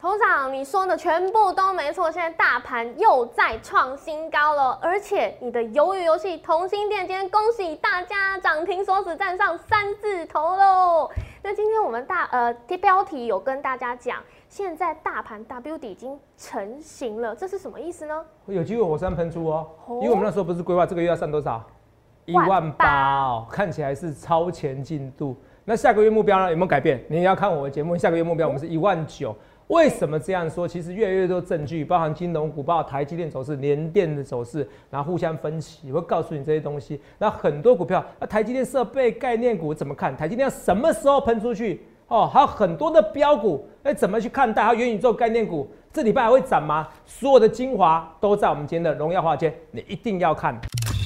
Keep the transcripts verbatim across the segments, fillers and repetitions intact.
董事长，你说的全部都没错，现在大盘又再创新高了，而且你的鱿鱼游戏同心店今天恭喜大家涨停锁死站上三字头喽。那今天我们大呃标题有跟大家讲，现在大盘 W 底已经成型了，这是什么意思呢？ 有机会火山喷出哦，因为我们那时候不是规划这个月要上多少？一万八哦，看起来是超前进度。那下个月目标呢有没有改变？你要看我的节目，下个月目标我们是一万九。为什么这样说？其实越来越多证据，包含金融股、包含台积电走势、联电的走势，然后互相分析，我会告诉你这些东西。然后很多股票，那台积电设备概念股怎么看？台积电什么时候喷出去？哦，还有很多的标股，哎，怎么去看待？还有元宇宙概念股，这礼拜还会涨吗？所有的精华都在我们今天的荣耀华尔街，你一定要看。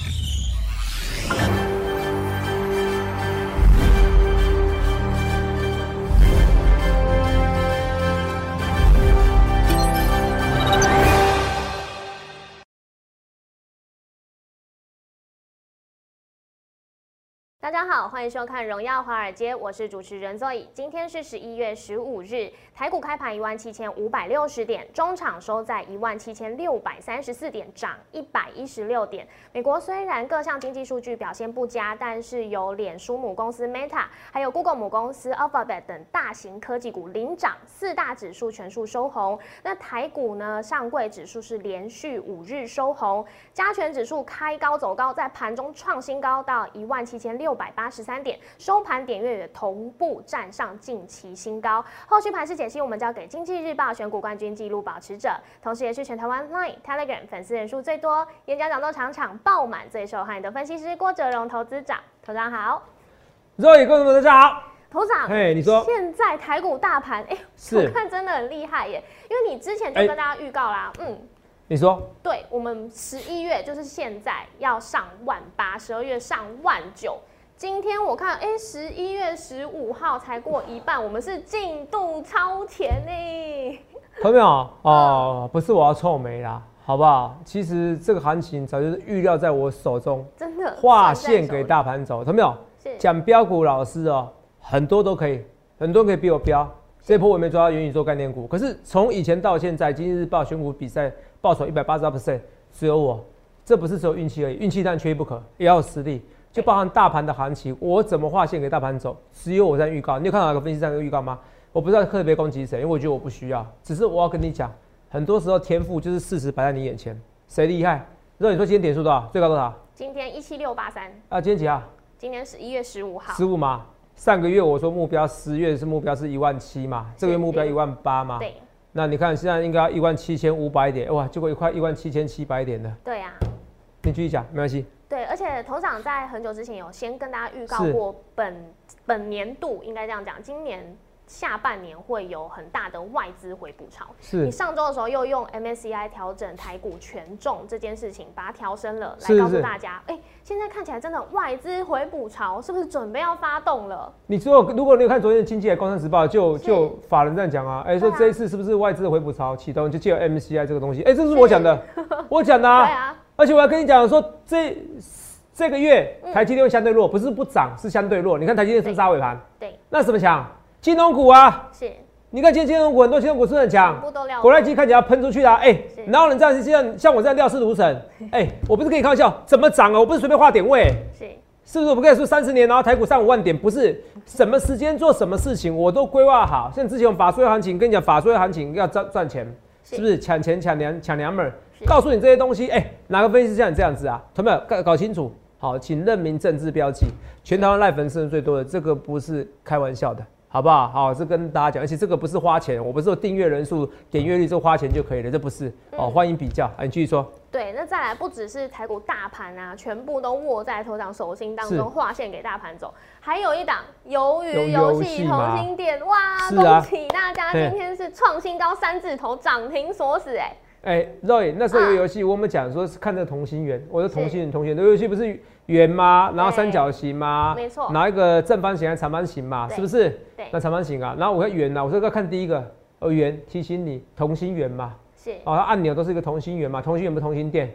大家好，欢迎收看《荣耀华尔街》，我是主持人 Zoe。今天是十一月十五日，台股开盘一万七千五百六十点，中场收在一万七千六百三十四点，涨一百一十六点。美国虽然各项经济数据表现不佳，但是有脸书母公司 Meta， 还有 Google 母公司 Alphabet 等大型科技股领涨，四大指数全数收红。那台股呢，上柜指数是连续五日收红，加权指数开高走高，在盘中创新高到一万七千六百。六百八十三点，收盘点月也同步站上近期新高。后续盘势解析，我们交给经济日报选股冠军纪录保持者，同时也是全台湾 Line、Telegram 粉丝人数最多、演讲讲座场场爆满、最受欢迎的分析师郭哲荣投资长。投资长好， 各位观众大家好。 投资长， 嘿，你说现在台股大盘，哎、欸，我看真的很厉害耶，因为你之前就跟大家预告啦，欸、嗯。 你说， 对我们十一月就是现在要上万八，十二月上万九。今天我看，哎，十一月十五号才过一半，我们是进度超前呢。 看到没有？哦，不是我要臭美啦，好不好？其实这个行情早就是预料在我手中， 真的划线给大盘走，看到没有？讲标股老师哦，很多都可以，很多人可以比我标。这一波我没抓到元宇宙概念股，可是从以前到现在，今日日报选股比赛报酬一百八十二 percent， 只有我，这不是只有运气而已，运气但缺一不可，也要有实力。就包含大盘的行情，我怎么划线给大盘走，只有我在预告。你有看到哪个分析师在预告吗？我不知道特别攻击谁，因为我觉得我不需要。只是我要跟你讲，很多时候天赋就是事实摆在你眼前，谁厉害？如果你说今天点数多少，最高多少？ 今天一七六八三。 啊，今天几号？ 今天十一月十五号。 十五嘛。上个月我说目标，十月是目标是一万七嘛，这个月目标一万八嘛。 对。 那你看现在应该一万七千五百点，哇，结果一块一万七千七百点了。 对呀、啊。 你继续讲，没关系。 对，而且头长在很久之前有先跟大家预告过本，本本年度应该这样讲，今年下半年会有很大的外资回补潮。是，你上周的时候又用 M S C I 调整台股权重这件事情，把它调升了，来告诉大家，哎，现在看起来真的外资回补潮是不是准备要发动了？你说， 如果你有看昨天的经济的《工商时报》，就就法人在讲啊，哎，说这一次是不是外资的回补潮启动，就借由 M S C I 这个东西，哎，这是我讲的，我讲的啊。对啊。而且我要跟你讲说，这这个月台积电相对弱，不是不涨，是相对弱。你看台积电是杀尾盘，对，那什么强？金融股啊，是。你看今天金融股很多金融股是很强，国泰基看起来要喷出去啊，哎、欸，然后你这样像像我这样料事如神，哎、欸，我不是跟你开玩笑，怎么涨啊？我不是随便画点位、欸，是，是不是？我不跟你说三十年，然后台股上五万点，不是什么时间做什么事情，我都规划好。像之前我们法说行情，跟你讲法说行情要赚赚钱，是不是？抢钱抢粮抢娘们儿。告诉你这些东西，哎、欸，哪个分析师像你这样子啊？同没有搞搞清楚？好，请认明政治标记。全台湾赖粉丝人最多的，这个不是开玩笑的，好不好？好，这跟大家讲，而且这个不是花钱，我不是说订阅人数、点阅率就花钱就可以了，这不是。哦，欢迎比较，啊，你继续说。 对，那再来不只是台股大盘啊，全部都握在头长手心当中，划线给大盘走。还有一档鱿鱼游戏同心店，哇，恭喜大家，今天是创新高三字头，涨停锁死，哎。 哎、欸、，Roy， 那时候有游戏，我们讲说是看这个同心圆，我的同心圆同心圆，那游戏不是圆吗？然后三角形吗？没错。然后一个正方形还是长方形嘛？是不是？对。那长方形啊，然后我看圆啊，我说要看第一个，哦圆，提醒你同心圆嘛。是。哦，按钮都是一个同心圆嘛，同心圆不同心店。嗯。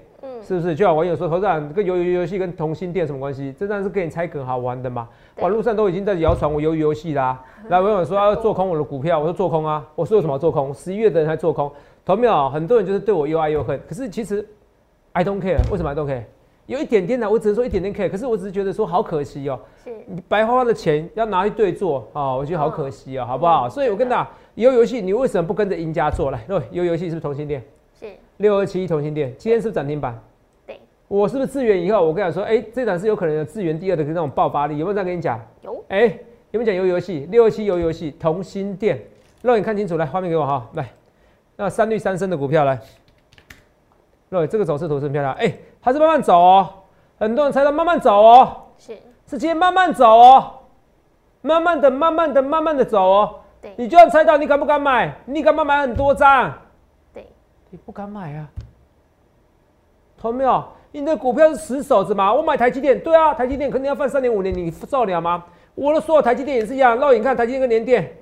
是不是？就像网友说，投资人跟鱿鱼游戏跟同心店什么关系？这当然是跟你猜梗好玩的嘛。网络上都已经在谣传我鱿鱼游戏啦。来，网友说要做空我的股票，我说做空啊。我说有什么做空？十一月的人还做空，投没有？很多人就是对我又爱又恨。可是其实 I don't care， 为什么 I don't care？ 有一点点的，我只能说一点点 care。可是我只是觉得说好可惜哦、喔，你白花花的钱要拿去对做啊、喔，我觉得好可惜哦、喔，好不好？所以我跟大家，鱿鱼游戏你为什么不跟着赢家做？来，对，鱿鱼游戏是不是同心店？ 是六二七一同心店，今天是不是涨停板？ 对，我是不是智源以后，我跟你说，哎、欸，这档是有可能有智源第二的那种爆发力，有没有这样跟你讲？ 有。 哎、欸，有没有讲鱿鱼游戏？六二七鱿鱼游戏同心店，让你看清楚，来，画面给我哈，来，那三绿三升的股票来，对，这个走势图是很漂亮，哎、欸，它是慢慢走哦、喔，很多人猜到慢慢走哦、喔， 是， 是今天慢慢走哦、喔，慢慢的、慢慢的、慢慢的走哦、喔，对，你就算猜到，你敢不敢买？你敢不敢买很多张？你不敢买啊？同没有？你的股票是死手子嘛？我买台积电，对啊，台积电肯定要放三年五年，你受得了吗？我的所有台积电也是一样，肉眼看台积电跟联电，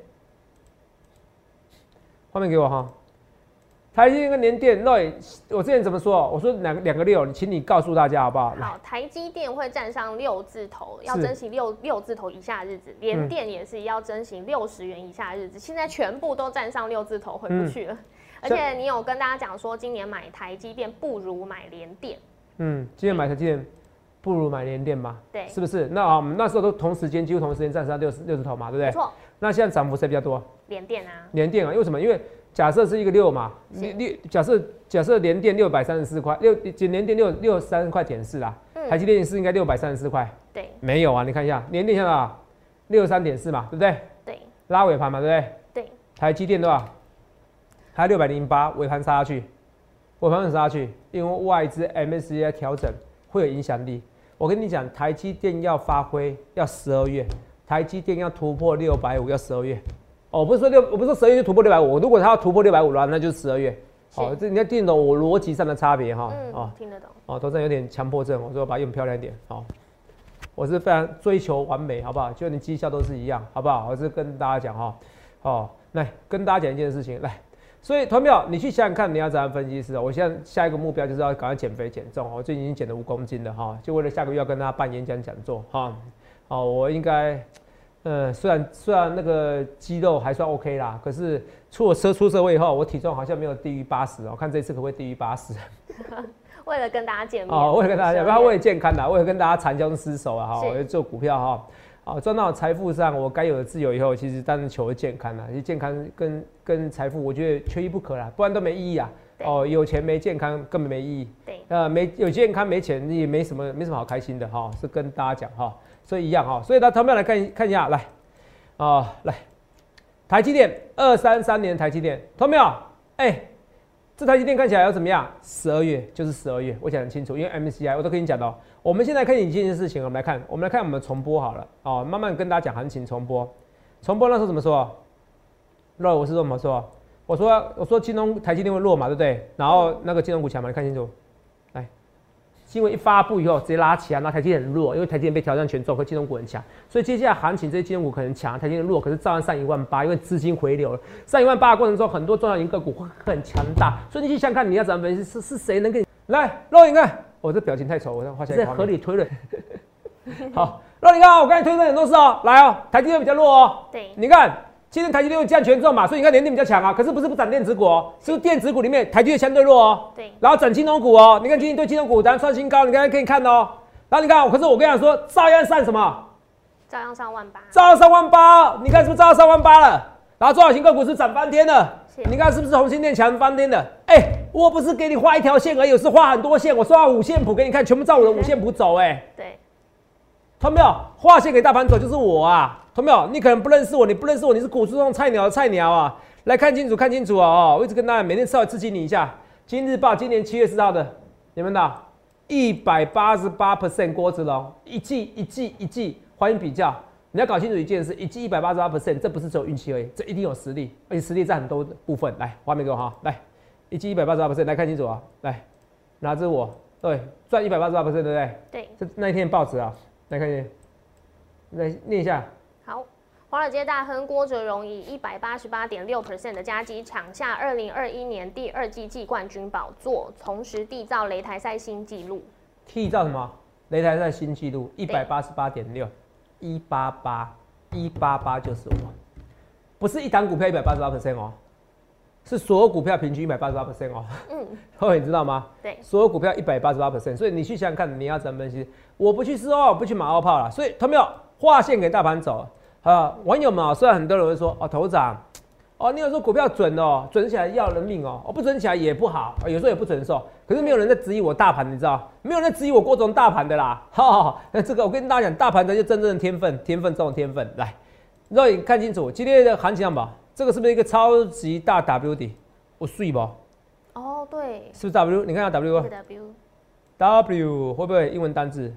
画面给我哈。台积电跟联电，肉眼我之前怎么说？我说两个两个六，请你告诉大家好不好？ 好，台积电会站上六字头，要珍惜六六字头以下的日子，联电也是要珍惜六十元以下的日子，现在全部都站上六字头，回不去了。嗯，而且你有跟大家讲说，今年买台积电不如买联电。嗯， 今年买台积电不如买联电嘛？ 对， 是不是？那啊，我们那时候都同时间，几乎同时间站上六六字头嘛，对不对？ 没错。 那现在涨幅谁比较多？ 联电啊。联电啊，因为什么？因为假设是一个六嘛，六假设假设联电六百三十四块，六联电六六三块点四啦，嗯，台积电是应该六百三十四块。 对。没有啊，你看一下联电现在啊，六三点四嘛，对不对？ 对。 拉尾盘嘛，对不对？对。 台积电多少？还六百零八，尾盘杀下去，尾盘杀下去，因为外资 M A C D 调整会有影响力。我跟你讲，台积电要发挥要十二月，台积电要突破六百五要十二月。哦，我不是说六，我不是说十二月就突破六百五，如果它要突破六百五的话，那就是十二月。哦，这你要听懂我逻辑上的差别哈。 嗯，哦，听得懂。 哦，投资人有点强迫症，我说把它用漂亮一点。好，我是非常追求完美，好不好？就连绩效都是一样，好不好？我是跟大家讲哈。哦，来跟大家讲一件事情，来。所以，团票，你去想想看，你要怎样分析师？我现在下一个目标就是要赶快减肥减重。我最近已经减了五公斤了哈，就为了下个月要跟大家办演讲讲座哈。哦，我应该，呃，虽然虽然那个肌肉还算 OK 啦，可是出了社出社会以后，我体重好像没有低于八十哦。看这次可不可以低于八十？ 为了跟大家见面哦，为了跟大家见面，不然为了健康的，为了跟大家缠交失手啊哈，我就做股票哈。啊，赚到财富上我该有的自由以后，其实当然求健康啦。其实健康跟跟财富，我觉得缺一不可啦，不然都没意义啊。哦，有钱没健康根本没意义。对，呃，没有健康没钱也没什么没什么好开心的哈。是跟大家讲哈，所以一样哈。所以他投票来看看一下，来啊、哦，来，台积电二三三年台积电投票，哎、欸，这台积电看起来要怎么样？十二月就是十二月，我讲很清楚，因为 M C I 我都跟你讲到。我们现在看一件事情，我们来看，我们来看我们重播好了，哦，慢慢跟大家讲行情重播。重播那时候怎么说？弱，我是怎么说？我说我说金融台积电会弱嘛，对不对？然后那个金融股强嘛，你看清楚。来，新闻一发布以后直接拉起来，那台积电很弱，因为台积电被挑战权重，和金融股很强，所以接下来行情这些金融股可能强，台积电弱，可是照样上一万八，因为资金回流了。上一万八的过程中，很多重要型个股会很强大，所以你去想看你要怎么分析，是是谁能跟你来？肉眼看。我、哦、这表情太丑，我让画下一个。合理推论。好，那你看，我刚才推论很多事哦，来哦，台积电比较弱哦。对，你看，今天台积电占权重嘛，所以你看联电比较强啊。可是不是不涨电子股哦，是不是电子股里面台积电相对弱哦。对。然后涨金融股哦，你看今天对金融股当然创新高，你刚才可以看哦。然后你看，可是我跟你讲说，照样上什么？ 照样上万八。 照样上万八，你看是不是照样上万八了？然后中小型个股是涨翻天了。你看是不是红星电强翻天的？哎、欸，我不是给你画一条线而已，我是画很多线，我画五线谱给你看，全部照我的五线谱走、欸。哎，对，看到没有？画线给大盘走就是我啊，看到没有？你可能不认识我，你不认识我，你是股市中菜鸟的菜鸟啊！来看清楚，看清楚哦！我一直跟大家每天稍微刺激你一下。今日报今年七月四号的，你们的一百八十八 percent 郭子龙，一季一季一季，欢迎比较。你要搞清楚一件事，一季一百八十八 percent， 这不是只有运气而已，这一定有实力，而且实力在很多部分。来，画面给我哈，来，一季一百八十八 percent， 来看清楚啊，来，拿着我，对，赚一百八十八 percent， 对不对？对。这那一天报纸啊，来看一下，来念一下。 好， 华尔街大亨郭哲荣以一百八十八点六 percent 的佳绩抢下二零二一年第二季季冠军宝座，同时缔造擂台赛新纪录。 缔造什么？擂台赛新纪录一百八十八点六，一八八一八八就是我，不是一档股票一百八十八 percent 哦。是所有股票平均一百八十八 percent 哦，嗯，各位你知道吗？ 对， 所有股票一百八十八 percent， 所以你去想想看，你要怎么分析？我不去试哦，不去马后炮了，所以他们要划线给大盘走啊。网友们啊，虽然很多人会说哦，头长，哦，你有时候股票准哦，准起来要人命哦，哦不准起来也不好，有时候也不准受。可是没有人在质疑我大盘，你知道？没有人在质疑我郭总大盘的啦。哈，那这个我跟大家讲，大盘才是真正的天分，天分中的天分。来，让你看清楚今天的行情好不好？这个是不是一个超级大 W 底？我睡不？ 哦，对， 是不是 W？ 你看下 W 啊 ？W W 会不会英文单字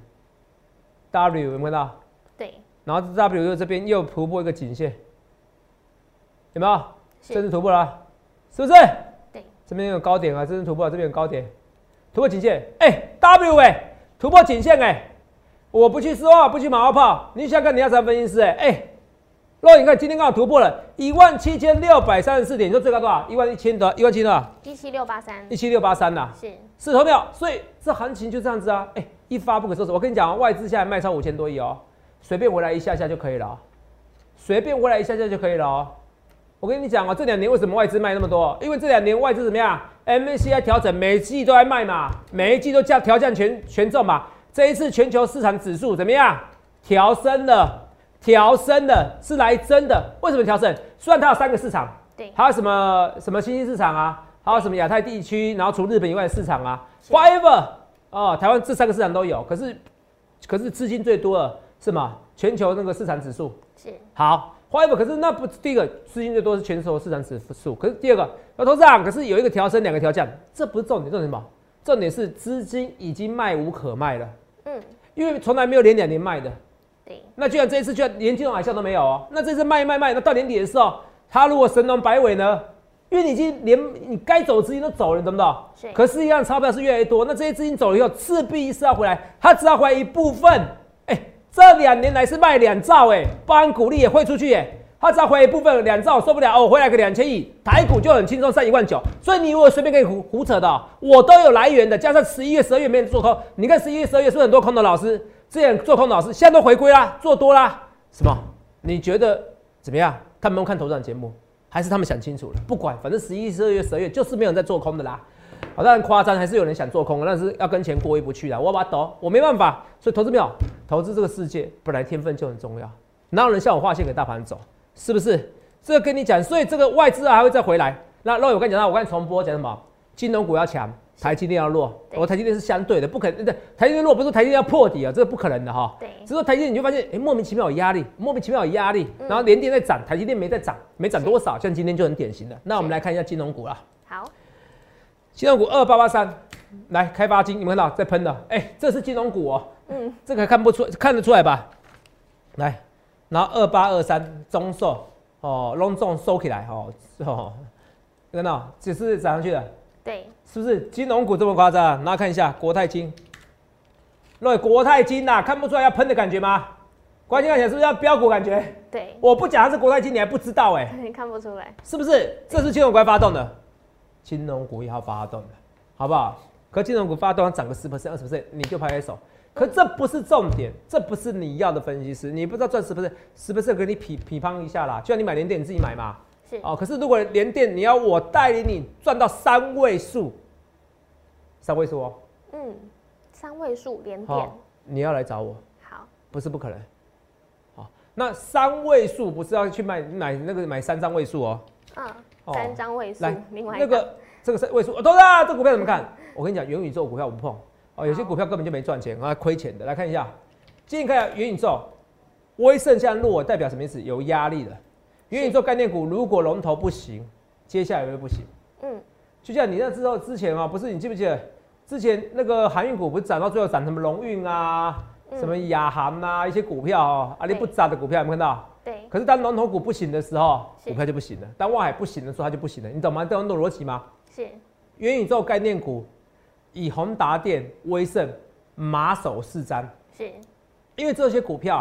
？W 有没有看到？ 对。 然后 W 又这边又突破一个颈线，有没有？真是突破了、啊，是不是？ 对。这边有高点啊，真是突破了，这边有高点，突破颈线。哎、欸、，W 哎、欸，突破颈线哎、欸，我不去说话，不去马后炮，你想想看你要怎么分析师哎、欸、哎。若你看今天刚好突破了一万七千六百三十四点，你说最高多少？一万一千多，一万七多少？ 一七六八三， 一七六八三呐， 是是投票，所以这行情就这样子啊，哎、欸，一发不可收拾。我跟你讲、啊，外资现在卖超五千多亿哦，随便回来一下下就可以了，随便回来一下下就可以了哦。我跟你讲啊，这两年为什么外资卖那么多？因为这两年外资怎么样 ？M A C I 调整，每一季都在卖嘛，每一季都降调降权权重嘛。这一次全球市场指数怎么样？调升了。调升的是来真的，为什么调升？虽然它有三个市场， 对， 还有什么什么新兴市场啊，还有什么亚太地区，然后除日本以外的市场啊 ，whatever 哦，台湾这三个市场都有，可是可是资金最多的是嘛？全球那个市场指数是好 ，whatever， 可是那不第一个资金最多是全球市场指数，可是第二个要投资长，可是有一个调升，两个调降，这不是重点，重点是什么？重点是资金已经卖无可卖了，嗯，因为从来没有连两年卖的。那居然这一次居然连金融海啸都没有哦，那这次卖卖卖，那到年底的时候，他如果神龙摆尾呢？因为你已经连你该走的资金都走了，懂不懂？是。可是，一样钞票是越来越多，那这些资金走了以后，势必是要回来，他只要回来一部分。哎、欸，这两年来是卖两兆，哎，包含股利也汇出去，哎，他只要回来一部分两兆受不了哦，回来个两千亿，台股就很轻松上一万九。所以你如果随便可以胡胡扯的、哦，我都有来源的，加上十一月、十二月没人做空，你看十一月、十二月是不是很多空头老师？之前做空的老师现在都回归啦，做多啦。什么？你觉得怎么样？他们有看投资长节目，还是他们想清楚了？不管，反正十一、十二月、十二月就是没有人在做空的啦。好，当然夸张，还是有人想做空，但是要跟钱过意不去啦。我要把它抖，我没办法。所以投资没有，投资这个世界本来天分就很重要，哪有人像我划线给大盘走？是不是？这个跟你讲，所以这个外资还会再回来。那肉友我跟你讲到，我刚才重播讲什么？金融股要强。台积电要弱，我台积电是相对的，不可能。台积电弱不是说台积电要破底啊，这个不可能的哈。对，只是说台积电你就发现，哎、欸，莫名其妙有压力，莫名其妙有压力，嗯、然后联电在涨，台积电没在涨，没涨多少，像今天就很典型的。那我们来看一下金融股啦。 好， 金融股二八八三，来开发金，你们看到在喷的，哎、欸，这是金融股哦、喔，嗯，这个看不出，看得出来吧？来，然后二八二三中寿哦，隆重收起来哦，哦，看到只是涨上去的。 对， 是不是金融股这么夸张？大家看一下国泰金，对，国泰金呐、啊，看不出来要喷的感觉吗？关键看起来是不是要标股感觉？ 对， 我不讲它是国泰金，你还不知道哎、欸， 你看不出来， 是不是？这是金融股发动的，金融股也要发动的，好不好？可金融股发动涨个十 percent、二十 percent， 你就拍拍手。可这不是重点，这不是你要的分析师，你不知道赚十 percent、十 percent 给你匹匹乓一下啦，就像你买联电，你自己买嘛。是哦，可是如果联电你要我带领你赚到三位数，三位数哦， 嗯，三位数联电， 你要来找我， 好， 不是不可能，好，那三位数不是要去买买那个买三张位数哦， 嗯，三张位数， 来， 另外那个这个是位数，哦，都是啊，这股票怎么看？我跟你讲，元宇宙股票我不碰，哦，有些股票根本就没赚钱，还亏钱的，来看一下，今天看一下元宇宙，威盛现在弱，代表什么意思？有压力的。元宇宙概念股如果龙头不行，接下来也会不行。嗯，就像你那之后之前啊，不是你记不记得之前那个航运股不是涨到最后涨什么龙运啊、嗯、什么亚航啊一些股票哦，啊你不涨的股票有没有看到？对。可是当龙头股不行的时候，股票就不行了；当万海不行的时候，它就不行了。你懂吗？懂懂逻辑吗？是。元宇宙概念股以宏达电、威盛马首是瞻。是。因为这些股票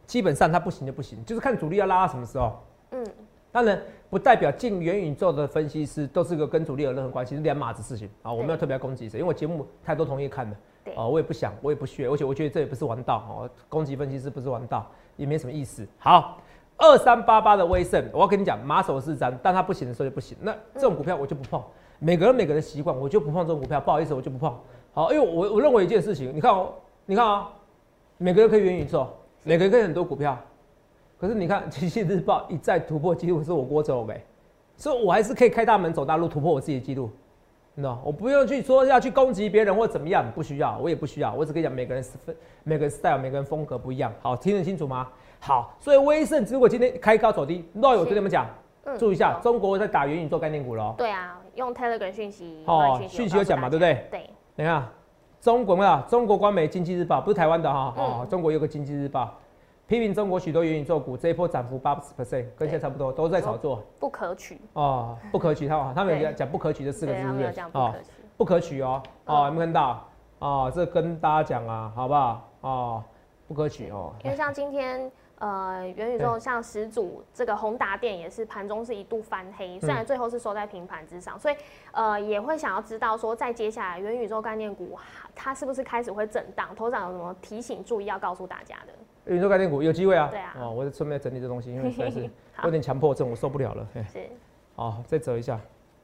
基本上它不行就不行，就是看主力要拉到什么时候。嗯，当然不代表进元宇宙的分析师都是个跟主力有任何关系，是两码子事情啊。我没有特别攻击谁，因为我节目太多同业看了，啊，我也不想，我也不屑，而且我觉得这也不是王道哦，攻击分析师不是王道，也没什么意思。好，二三八八的威盛，我要跟你讲，马首是瞻，但它不行的时候就不行。那这种股票我就不碰，每个人每个人习惯，我就不碰这种股票，不好意思，我就不碰。好，因为我我认为一件事情，你看哦，你看啊、哦，每个人可以元宇宙，每个人可以很多股票。可是你看《经济日报》一再突破纪录，是我郭走呗，所以我还是可以开大门走大路，突破我自己的纪录，你知道？我不用去说要去攻击别人或怎么样，不需要，我也不需要，我只可以讲每个人每个人 style， 每个人风格不一样。好，听得清楚吗？好，所以威盛如果今天开高走低，那我跟你们讲，嗯、注意一下，中国在打元宇宙概念股喽。 对啊，用 Telegram 讯息， 哦，讯息有讲嘛，对不对？ 对。 你看，中国啊，中国官媒《经济日报》不是台湾的哈，哦，嗯、中国有个《经济日报》。批评中国许多元宇宙股这一波涨幅百分之八十，跟现在差不多，都在炒作， 不可取哦，不可取。他他们有讲不可取这四个字，是不是？ 哦， 不可取哦，哦，有没有看到？哦，这跟大家讲啊，好不好？哦，不可取哦。 因为像今天呃元宇宙像始祖这个宏达电也是盘中是一度翻黑，虽然最后是收在平盘之上，所以呃也会想要知道说，在接下来元宇宙概念股它是不是开始会震荡？头长有什么提醒注意要告诉大家的？ 元宇宙概念股有机会啊！ 对啊， 哦，我顺便整理这东西，因为实在是有点强迫症，我受不了了。 是， 好，再折一下。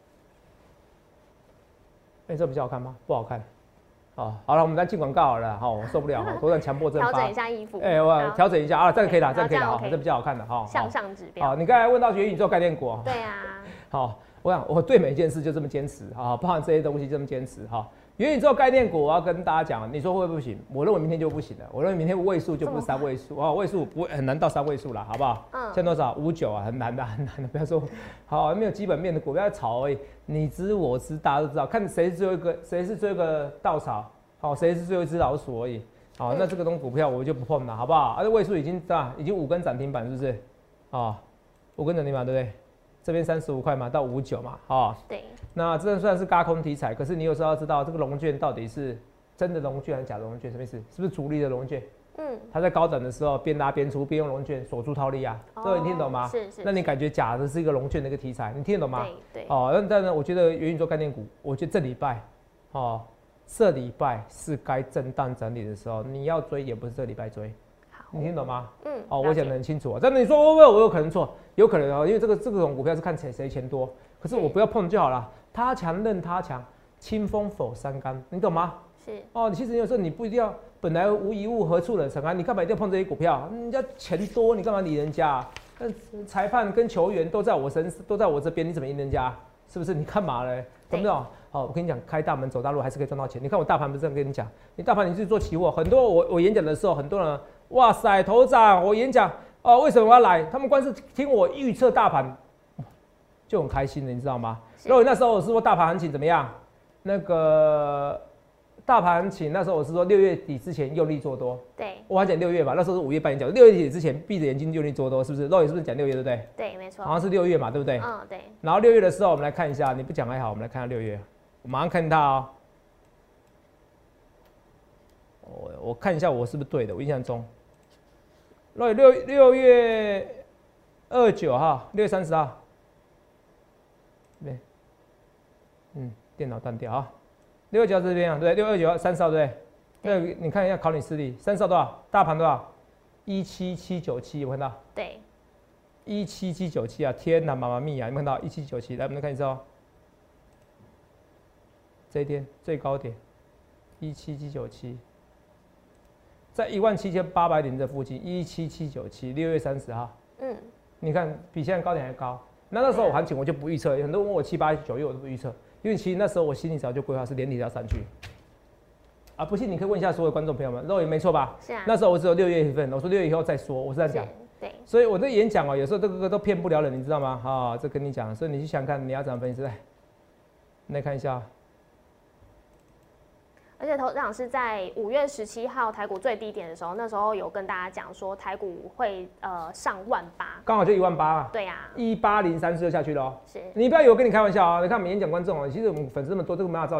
哎、欸，这比较好看吗？不好看。哦，好了，我们来进广告好了。好，我受不了哈，多点强迫症。 调整一下衣服。 哎、欸，我调整一下啊，这个可以了，这个可以了，好，这比较好看的哈。 向上指标。 好，你刚才问到元宇宙概念股。 对啊。 好，我想我对每件事就这么坚持啊，包含这些东西这么坚持哈。元宇宙概念股，我要跟大家讲，你说会不会不行？我认为明天就不行了。我认为明天位数就不是三位数啊，位数不会很难到三位数了，好不好？嗯。现在多少？五九啊，很难的，很难的。不要说好没有基本面的股票在炒而已，你知我知，大家都知道，看谁是最后一个，谁是最后一个稻草，好，谁是最后一只老鼠而已。好，那这个东股票我就不碰了，好不好？而且位数已经啊，已经五根涨停板，是不是？啊，五根涨停板，对不对？这边三十五块嘛，到五九嘛，啊， 对。 那这算是轧空题材，可是你有时候要知道这个融券到底是真的融券还是假的融券，什么意思？是不是主力的融券？嗯，它在高档的时候边拉边出，边用融券锁住套利啊，各位、哦、你听懂吗？ 是是。 那你感觉假的是一个融券的一个题材，你听得懂吗？ 对对。 哦，那当然，我觉得元宇宙概念股，我觉得这礼拜，哦，这礼拜是该震荡整理的时候，你要追也不是这礼拜追。你听懂吗？嗯，哦，我讲得很清楚啊。但是你说会不会我有可能错？有可能哦，因为这个这种股票是看谁谁钱多，可是我不要碰就好了。他强任他强，清风否三竿，你懂吗？ 是哦，其实有时候你不一定要，本来无一物，何处惹尘埃？你干嘛一定要碰这些股票？人家钱多，你干嘛理人家、啊？裁判跟球员都在我身，都在我这边，你怎么赢人家？是不是？你干嘛嘞？懂不懂？好，我跟你讲，开大门走大路还是可以赚到钱。你看我大盘不是这样跟你讲，你大盘你去做期货，很多我我演讲的时候，很多人。哇塞，头长，我演讲哦、呃，为什么我要来？他们光是听我预测大盘，就很开心的，你知道吗？因为那时候我是说大盘行情怎么样？那个大盘行情那时候我是说六月底之前用力做多。 对， 我还讲六月吧，那时候是五月半年讲，六月底之前闭着眼睛用力做多，是不是？肉也是不是讲六月对不对？ 对，没错。 好像是六月嘛，对不对？ 嗯，对。 然后六月的时候，我们来看一下，你不讲还好，我们来看下六月，我马上看它哦。我我看一下我是不是对的，我印象中。六六六月二九号，六月三十号，对，嗯，电脑断掉啊。六月九号这边啊，对，六月二九号三十号对不对？对，你看一下考你实力，三十号多少？大盘多少？一七七九七，有没有看到？ 对， 一七七九七啊！天哪，妈妈咪呀！有没有看到？一七九七，来，我们再看一次哦。这一天最高点，一七七九七。在一万七千八百点这附近，一七七九七，六月三十号，嗯，你看比现在高点还高。那那时候我行情我就不预测，很多人问我七八九月我都不预测，因为其实那时候我心里早就规划是年底要上去。啊，不信你可以问一下所有观众朋友们，肉也没错吧？ 是啊。 那时候我只有六月份，我说六月以后再说，我是这样讲。 对。 所以我这演讲哦，有时候这个都骗不了人，你知道吗？啊、哦，这跟你讲，所以你去想看你要怎么分析。来，你来看一下。 而且头长是在五月十七号台股最低点的时候，那时候有跟大家讲说台股会呃上万八， 刚好就一万八啊。 对呀、啊， 一八零三四就下去了、喔。 是， 你不要以为我跟你开玩笑啊！你看我们演讲观众哦，其实我们粉丝那么多，这个没法造假。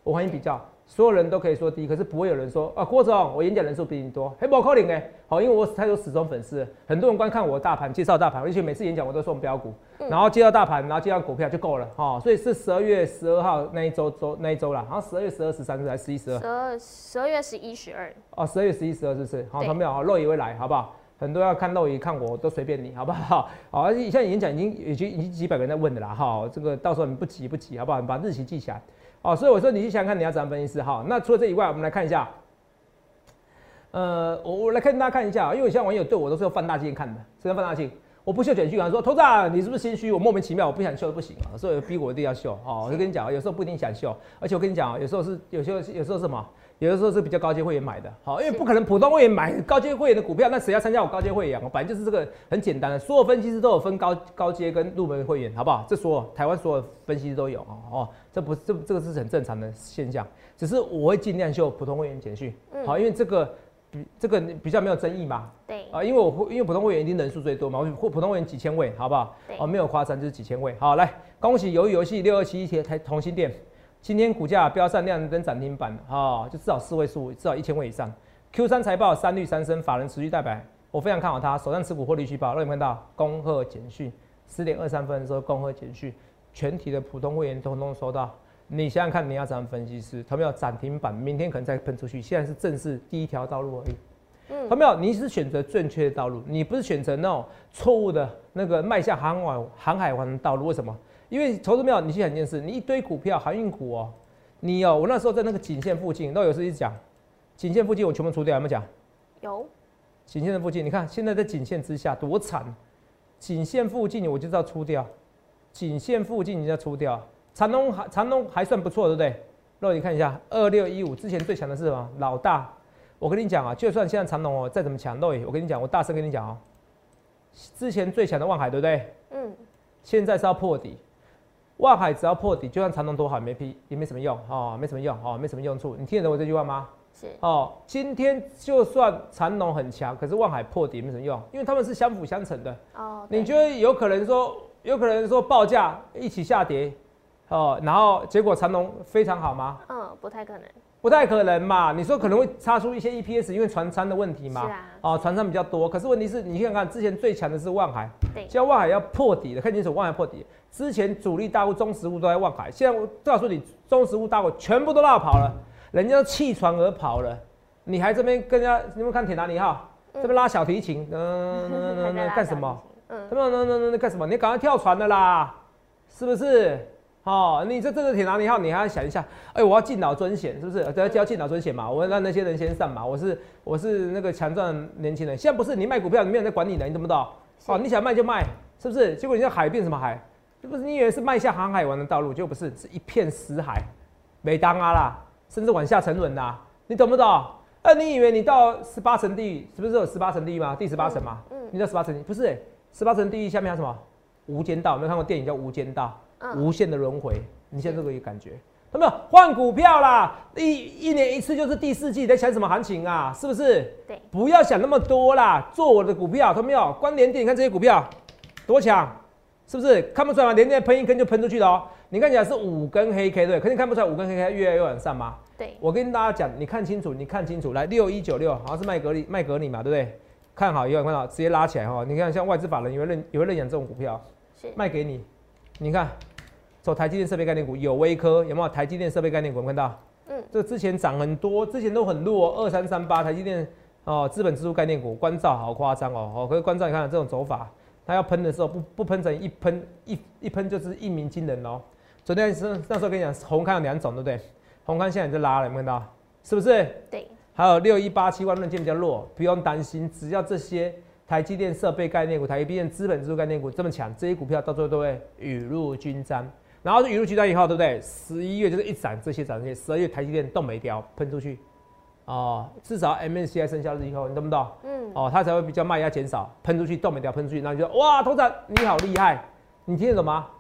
我欢迎比较，所有人都可以说低，可是不会有人说啊，郭总，我演讲人数比你多，嘿，不可能哎，好，因为我太多死忠粉丝，很多人观看我的大盘，介绍大盘，而且每次演讲我都送标股，嗯、然后介绍大盘，然后介绍股票就够了，哈、哦，所以是十二月十二号那一周周那一周啦，好像十二月十二、十三还是十一、十二？ 十二十二月十一、十二。 哦，十二月十一、十二是不是？好，同没有？好，肉也会来，好不好？很多要看肉眼看我都随便你，好不好？好，而且现在演讲已经已经已经几百个人在问的啦，哈，这个到时候你不急不急，好不好？你把日期记起来。哦，所以我说你去想想看你要怎样分析师哈。那除了这以外，我们来看一下，呃，我我来跟大家看一下，因为有些网友对我都是用放大镜看的，是用放大镜。我不秀简讯啊，说头长你是不是心虚？我莫名其妙，我不想秀都不行啊，所以逼我一定要秀。哦，我就跟你讲，有时候不一定想秀，而且我跟你讲，有时候是有时候有时候是什么？有的时候是比较高阶会员买的，好，因为不可能普通会员买高阶会员的股票，那谁要参加我高阶会员？我本来就是这个很简单的，所有分析师都有分高高阶跟入门会员，好不好？这所有台湾所有分析师都有哦，这不这这个是很正常的现象，只是我会尽量秀普通会员简讯，好，因为这个比这个比较没有争议嘛， 对， 啊，因为我因为普通会员一定人数最多嘛，我普通会员几千位，好不好？哦，没有夸张，就是几千位。好，来恭喜鱿鱼游戏六二七一台同心店。今天股价飙上亮灯涨停板，哦，就至少四位数，至少一千位以上。Q 三财报三率三升，法人持续代表，我非常看好它。手上持股获利续报，让你们看到恭贺简讯，十点二三分的时候恭贺简讯，全体的普通会员统统收到。你想想看，你要怎样分析师？他们要涨停板，明天可能再喷出去，现在是正式第一条道路而已。嗯，他们有，你是选择正确的道路，你不是选择那种错误的那个迈向航海航海王的道路。为什么？因为投资没有，你去想一件事，你一堆股票，航运股哦，你哦，我那时候在那个颈线附近，都有时一直讲，颈线附近我全部出掉，有没有讲？ 有。 颈线的附近，你看现在在颈线之下多惨，颈线附近我就知道出掉，颈线附近你就要出掉。长荣还长荣还算不错，对不对？肉你看一下，二六一五之前最强的是什么？老大，我跟你讲啊，就算现在长荣哦再怎么强，肉我跟你讲，我大声跟你讲哦，之前最强的万海，对不对？嗯。现在是要破底。万海只要破底，就算长荣多好，也没屁，也没什么用哦，没什么用哦，没什么用处。你听得懂我这句话吗？ 是哦，今天就算长荣很强，可是万海破底也没什么用，因为他们是相辅相成的。哦，你觉得有可能说，有可能说报价一起下跌，哦，然后结果长荣非常好吗？ 嗯，不太可能。 不太可能嘛？你说可能会擦出一些 E P S， 因为船商的问题嘛。 是啊。 哦，船商比较多，可是问题是你看看之前最强的是万海， 对， 现在万海要破底了，看清楚，万海破底。之前主力大户、中实户都在万海，现在我告诉你，中实户大户全部都绕跑了，人家都弃船而跑了，你还这边跟人家，你们看铁达尼号、嗯、这边拉小提琴，嗯嗯嗯，干什么？嗯，这边嗯嗯嗯干什么？你赶快跳船的啦，是不是？哦，你这这个铁达尼号，你还要想一下，哎、欸，我要敬老尊贤，是不是？要要敬老尊贤嘛，我让那些人先上嘛。我是我是那个强壮年轻人，现在不是你卖股票，你没有人在管你的，你懂不懂？哦，你想卖就卖，是不是？结果你在海变什么海？是不是你以为是迈向航海王的道路，结果不是，是一片死海，没当啊啦，甚至往下沉沦啦，你懂不懂？啊，你以为你到十八层地狱，是不是有十八层地狱吗？第十八层嘛，嗯，你到十八层，不是、欸，十八层地狱下面还有什么？无间道，有没有看过电影叫《无间道》？无限的轮回，你现在这个有感觉？有没有换股票啦？一一年一次就是第四季，在想什么行情啊？是不是？ 对， 不要想那么多啦，做我的股票，有没有？光联电，你看这些股票多强，是不是？看不出来吗？联电喷一根就喷出去了哦。你看起来是五根黑 K 对，可是你看不出来五根黑 K 越来越往上吗？ 对， 我跟大家讲，你看清楚，你看清楚，来六一九六，好像是麦格里麦格里嘛，对不对？看好以后看到直接拉起来哈，你看像外资法人也会认也会认养这种股票，是卖给你，你看。走台积电设备概念股，有微科有没有？台积电设备概念股有没有看到？嗯，这之前涨很多，之前都很弱，二三三八台积电哦，资本支出概念股，关照好夸张哦，哦，可是关照你看这种走法，它要喷的时候不不喷成一喷一一喷就是一鸣惊人哦。昨天是那时候跟你讲，红康有两种对不对？红康现在就拉了，有没有看到？是不是？ 对。 还有六一八七万论剑比较弱，不用担心，只要这些台积电设备概念股、台积电资本支出概念股这么强，这些股票到最后都会雨露均沾。然后雨露均沾以后，对不对？十一月就是一涨，这些涨这些，十二月台积电动没掉，喷出去，哦，至少 M S C I 生效日以后，你懂不懂？嗯，哦，它才会比较卖压减少，喷出去动没掉，喷出去，然后你就哇，头长你好厉害，你听得懂吗？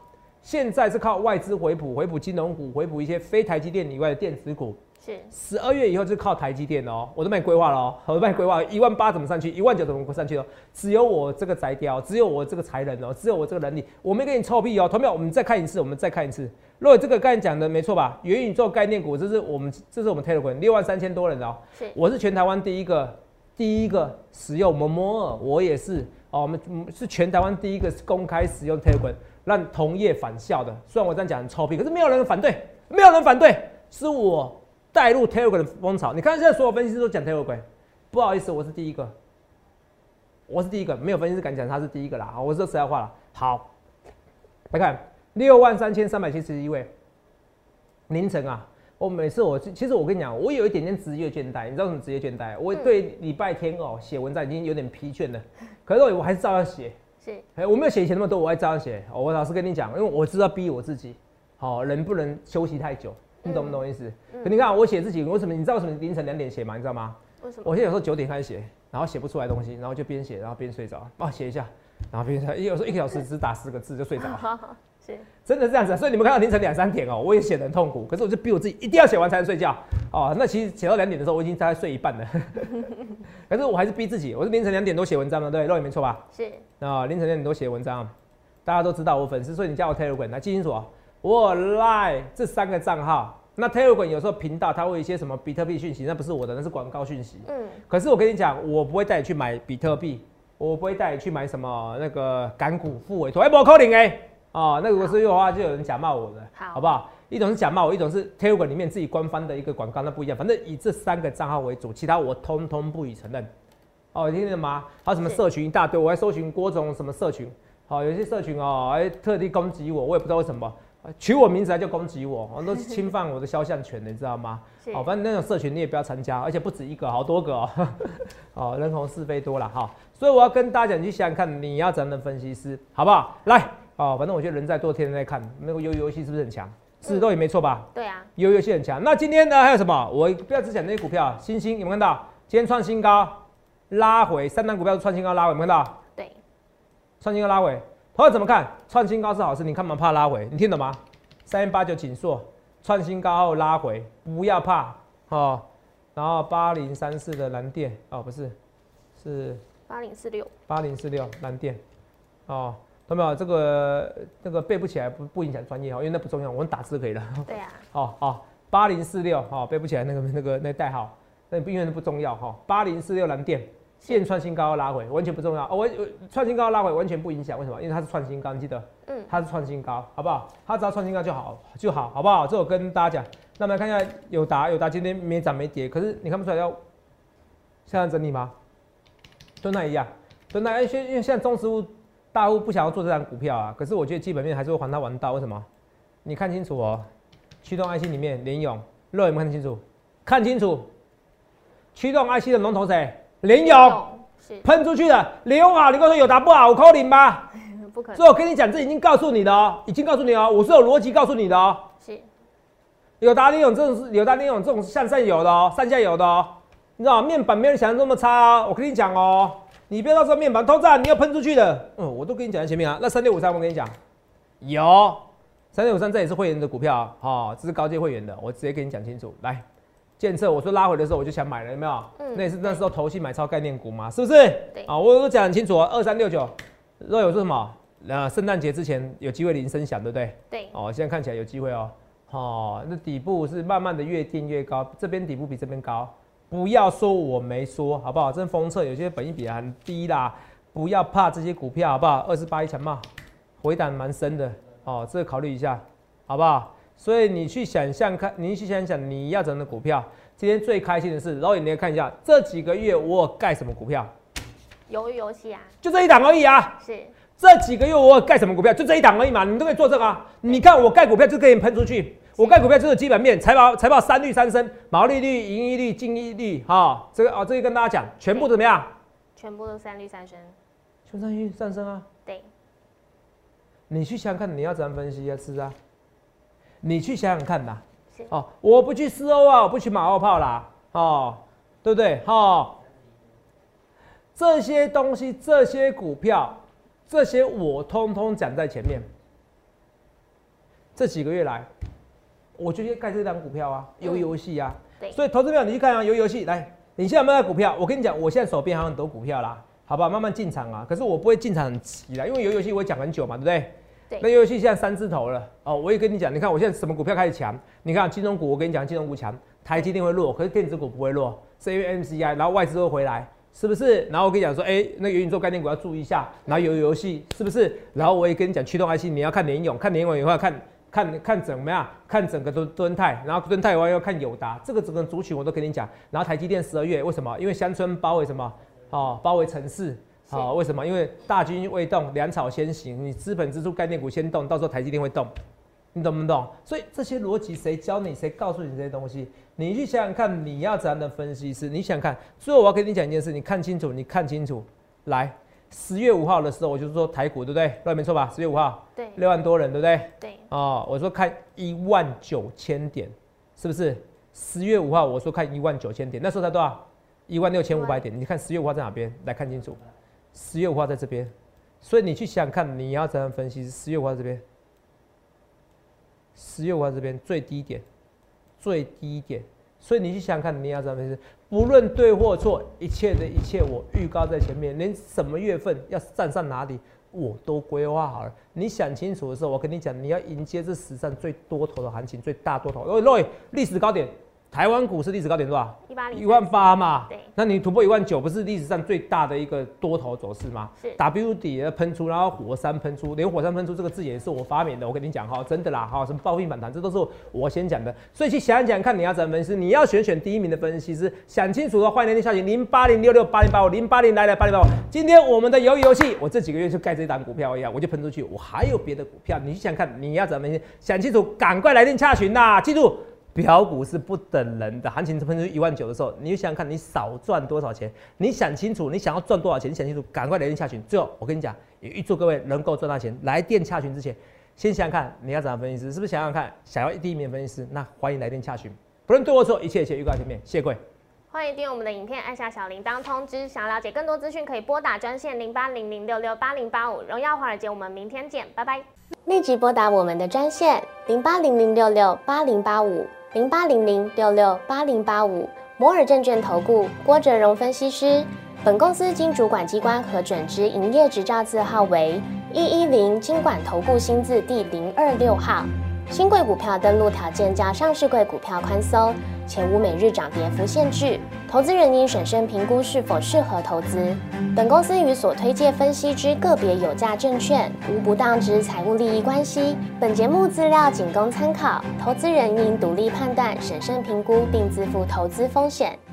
现在是靠外资回补，回补金融股，回补一些非台积电以外的电子股。 是十二月以后就是靠台积电哦，我都帮你规划了哦，我都帮你规划一万八怎么上去，一万九怎么上去哦，只有我这个宅雕，只有我这个才人哦，只有我这个能力，我没给你臭屁哦。同学们，我们再看一次，我们再看一次。如果这个刚才讲的没错吧？元宇宙概念股，这是我们这是我们 Telegram 六万三千多人哦， 是我是全台湾第一个第一个使用摩摩尔，我也是哦，我们是全台湾第一个公开使用 Telegram 让同业返校的。虽然我这样讲很臭屁，可是没有人反对，没有人反对，是我带入 Telegram 的风潮。你看现在所有分析师都讲 Telegram， 不好意思，我是第一个，我是第一个，没有分析师敢讲他是第一个啦。我说实在话了。好，来看六万三千三百七十一位，凌晨啊，我每次我其实我跟你讲，我有一点点职业倦怠，你知道什么职业倦怠？我对礼拜天哦写文章已经有点疲倦了，可是我还是照样写。 是， 哎，我没有写以前那么多，我还照样写。我老实跟你讲，因为我知道逼我自己，好，人不能休息太久。你懂不懂我意思？嗯、可你看我写自己，为什么？你知道为什么凌晨两点写吗？你知道吗？ 为什么？ 我现在有时候九点开始写，然后写不出来东西，然后就边写，然后边睡着。啊，写一下，然后边写，有时候一个小时只打十个字就睡着。 是， 真的是这样子。所以你们看到凌晨两三点哦，我也写得很痛苦，可是我就逼我自己一定要写完才能睡觉。哦，那其实写到两点的时候，我已经大概睡一半了。可是我还是逼自己，我是凌晨两点多写文章的，对，肉也没错吧？ 是。 啊，凌晨两点多写文章，大家都知道我粉丝，所以你加我 Telegram 来记清楚哦。我 Line 这三个账号。那 Telegram 有时候频道它会有一些什么比特币讯息，那不是我的，那是广告讯息。嗯。可是我跟你讲，我不会带你去买比特币，我不会带你去买什么那个港股副委托，哎，不可能哎，哦，那如果是有的话，就有人假骂我的，好, 好不好？一种是假骂我，一种是 Telegram 里面自己官方的一个广告，那不一样。反正以这三个账号为主，其他我通通不予承认。哦，你听见吗？还有什么社群一大堆，我还搜寻郭总什么社群，好、哦，有些社群哦，还特地攻击我，我也不知道为什么。取我名字来就攻击我，都是侵犯我的肖像权的，你知道吗？好，反正那种社群你也不要参加，而且不止一个，好多个哦。哦，人红是非多了哈，所以我要跟大家讲，你去想想看，你要怎样的分析师，好不好？来，哦，反正我觉得人在多，天天在看，那个游游戏是不是很强？是都也没错吧？ 对啊， 游游戏很强。那今天呢还有什么？我不要只讲那些股票，星星有没有看到？今天创新高，拉回，三档股票创新高拉回，有没有看到？ 对， 创新高拉回。同学怎么看？创新高是好事，你干嘛怕拉回？你听懂吗？三八九紧缩，创新高后拉回，不要怕哦。然后八零三四的蓝电哦，不是，是八零四六， 八零四六蓝电哦，懂没有？这个这个背不起来不不影响专业哦，因为那不重要，我们打字可以了。 对啊。 哦哦，八零四六哦，背不起来那个那个那代号，那因为那不重要哈。八零四六蓝电。现创新高拉回完全不重要哦，我创新高拉回完全不影响，为什么？因为它是创新高，你记得，嗯，它是创新高，好不好？它只要创新高就好就好，好不好？这我跟大家讲。那我们来看一下友达，友达今天没涨没跌，可是你看不出来要现在整理吗？敦泰一样，敦泰因为因为现在中实物大户不想要做这张股票啊，可是我觉得基本面还是会还它玩到，为什么？你看清楚哦，驱动 I C 里面联咏、肉有没有看清楚？看清楚，驱动 I C 的龙头谁？联咏喷出去了，联咏好，你跟我说友达不好，我扣零吧？ 不可能。 所以我跟你讲，这已经告诉你的哦，已经告诉你哦，我是有逻辑告诉你的哦。 是。 友达联咏这种是友达联咏这种是向上游的哦，上下游的哦，你知道面板没人想象这么差哦。我跟你讲哦，你不要到时候面板偷战，你要喷出去的。嗯，我都跟你讲在前面啊。那三六五三我跟你讲，有三六五三这也是会员的股票啊、哦，这是高阶会员的，我直接跟你讲清楚，来。建设，我说拉回的时候我就想买了，有没有？嗯，那也是那时候投信买超概念股嘛，是不是？对啊，我都讲很清楚哦。二三六九，若有说什么？呃，圣诞节之前有机会铃声响，对不对？对。哦，现在看起来有机会哦。哦，那底部是慢慢的越垫越高，这边底部比这边高。不要说我没说，好不好？真封测有些本益比很低啦，不要怕这些股票，好不好？二十八一强嘛，回档蛮深的哦，这个考虑一下，好不好？所以你去想象看，你去想想你要怎样的股票。今天最开心的是，然后你来看一下这几个月我有盖什么股票？ 鱿鱼游戏啊， 就这一档而已啊。是这几个月我有盖什么股票？就这一档而已嘛，你们都可以作证啊。你看我盖股票就可以喷出去，我盖股票就是基本面，财报财报三率三升，毛利率、盈利率、净利率，哈、哦，这个啊、哦，这个跟大家讲，全部怎么样？ 全部都三率三升， 全三率上升啊。 对。 你去想想看，你要怎样分析啊？是啊。你去想想看呐，哦，我不去四欧啊，我不去马后炮啦，哦，对不对？哦，这些东西、这些股票、这些我通通讲在前面， 这几个月来，我就盖这档股票啊，游游戏啊。 对。 所以投资票你去看啊，游游戏来，你现在有没有股票？我跟你讲，我现在手边还有很多股票啦，好不好？慢慢进场啊。可是我不会进场很急啦，因为游游戏我会讲很久嘛，对不对？ 对。 那游游戏现在三字头了哦，我也跟你讲，你看我现在什么股票开始强？你看金融股，我跟你讲，金融股强，台积电会弱，可是电子股不会弱，是因为 M C I， 然后外资会回来。是不是？然后我跟你讲说，哎、欸，那元宇宙概念股要注意一下，然后有游戏是不是？然后我也跟你讲驱动 I C， 你要看联咏，看联咏以后看看看怎么样？看整个敦敦泰，然后敦泰以后要看友达，这个整个族群我都跟你讲。然后台积电十二月为什么？因为乡村包围什么？哦，包围城市。哦，为什么？因为大军未动，粮草先行，你资本支出概念股先动，到时候台积电会动。你懂不懂？所以这些逻辑谁教你？谁告诉你这些东西？你去想想看，你要怎样的分析师？你想看？最后我要跟你讲一件事，你看清楚，你看清楚。来，十月五号的时候，我就说台股，对不对？对，没错吧？十月五号， 对， 六万多人，对不对？ 对。 哦，我说看一万九千点，是不是？十月五号我说看一万九千点，那时候才多少？一万六千五百点。你看十月五号在哪边？来看清楚，十月五号在这边。所以你去想想看，你要怎样分析？十月五号这边。十月五号这边最低点，最低点，所以你去想想看，你要怎么分析？不论对或错，一切的一切我预告在前面，连什么月份要站上哪里，我都规划好了。你想清楚的时候，我跟你讲，你要迎接这史上最多头的行情，最大多头。哦，各位，历史高点，台湾股市历史高点多少？ 一八零一万八嘛。 对。 那你突破一万九，不是历史上最大的一个多头走势吗？ 是。 W 底喷出，然后火山喷出，连火山喷出这个字也是我发明的。我跟你讲哈，真的啦哈，什么暴力反弹，这都是我先讲的。所以去想想看，你要怎么分析？你要选选第一名的分析师，想清楚的话，欢迎来电下询零八零六六八零八五零八零来来八零八五。今天我们的鱿鱼游戏，我这几个月就盖这一档股票一样，我就喷出去。我还有别的股票，你去想看，你要怎么分析？想清楚，赶快来电洽询啦！记住。标股是不等人的，行情喷出一万九的时候，你就想想看，你少赚多少钱？你想清楚，你想要赚多少钱？你想清楚，赶快来电洽询。最后，我跟你讲，也预祝各位能够赚到钱。来电洽询之前，先想想看你要怎样分析师，是不是想想看，想要第一名分析师？那欢迎来电洽询，不论对或错，一切一切预告前面，谢谢各位。 欢迎订阅我们的影片，按下小铃铛通知。想了解更多资讯，可以拨打专线零八零零六六八零八五。荣耀华尔街，我们明天见，拜拜。立即拨打我们的专线零八零零六六八零八五。零八零零六六八零八五摩尔证券投顾郭哲荣分析师，本公司经主管机关核准之营业执照字号为一一零金管投顾新字第零二六号。新贵股票登录条件较上市贵股票宽松，且无每日涨跌幅限制。投资人应审慎评估是否适合投资。本公司与所推介分析之个别有价证券无不当之财务利益关系。本节目资料仅供参考，投资人应独立判断、审慎评估，并自负投资风险。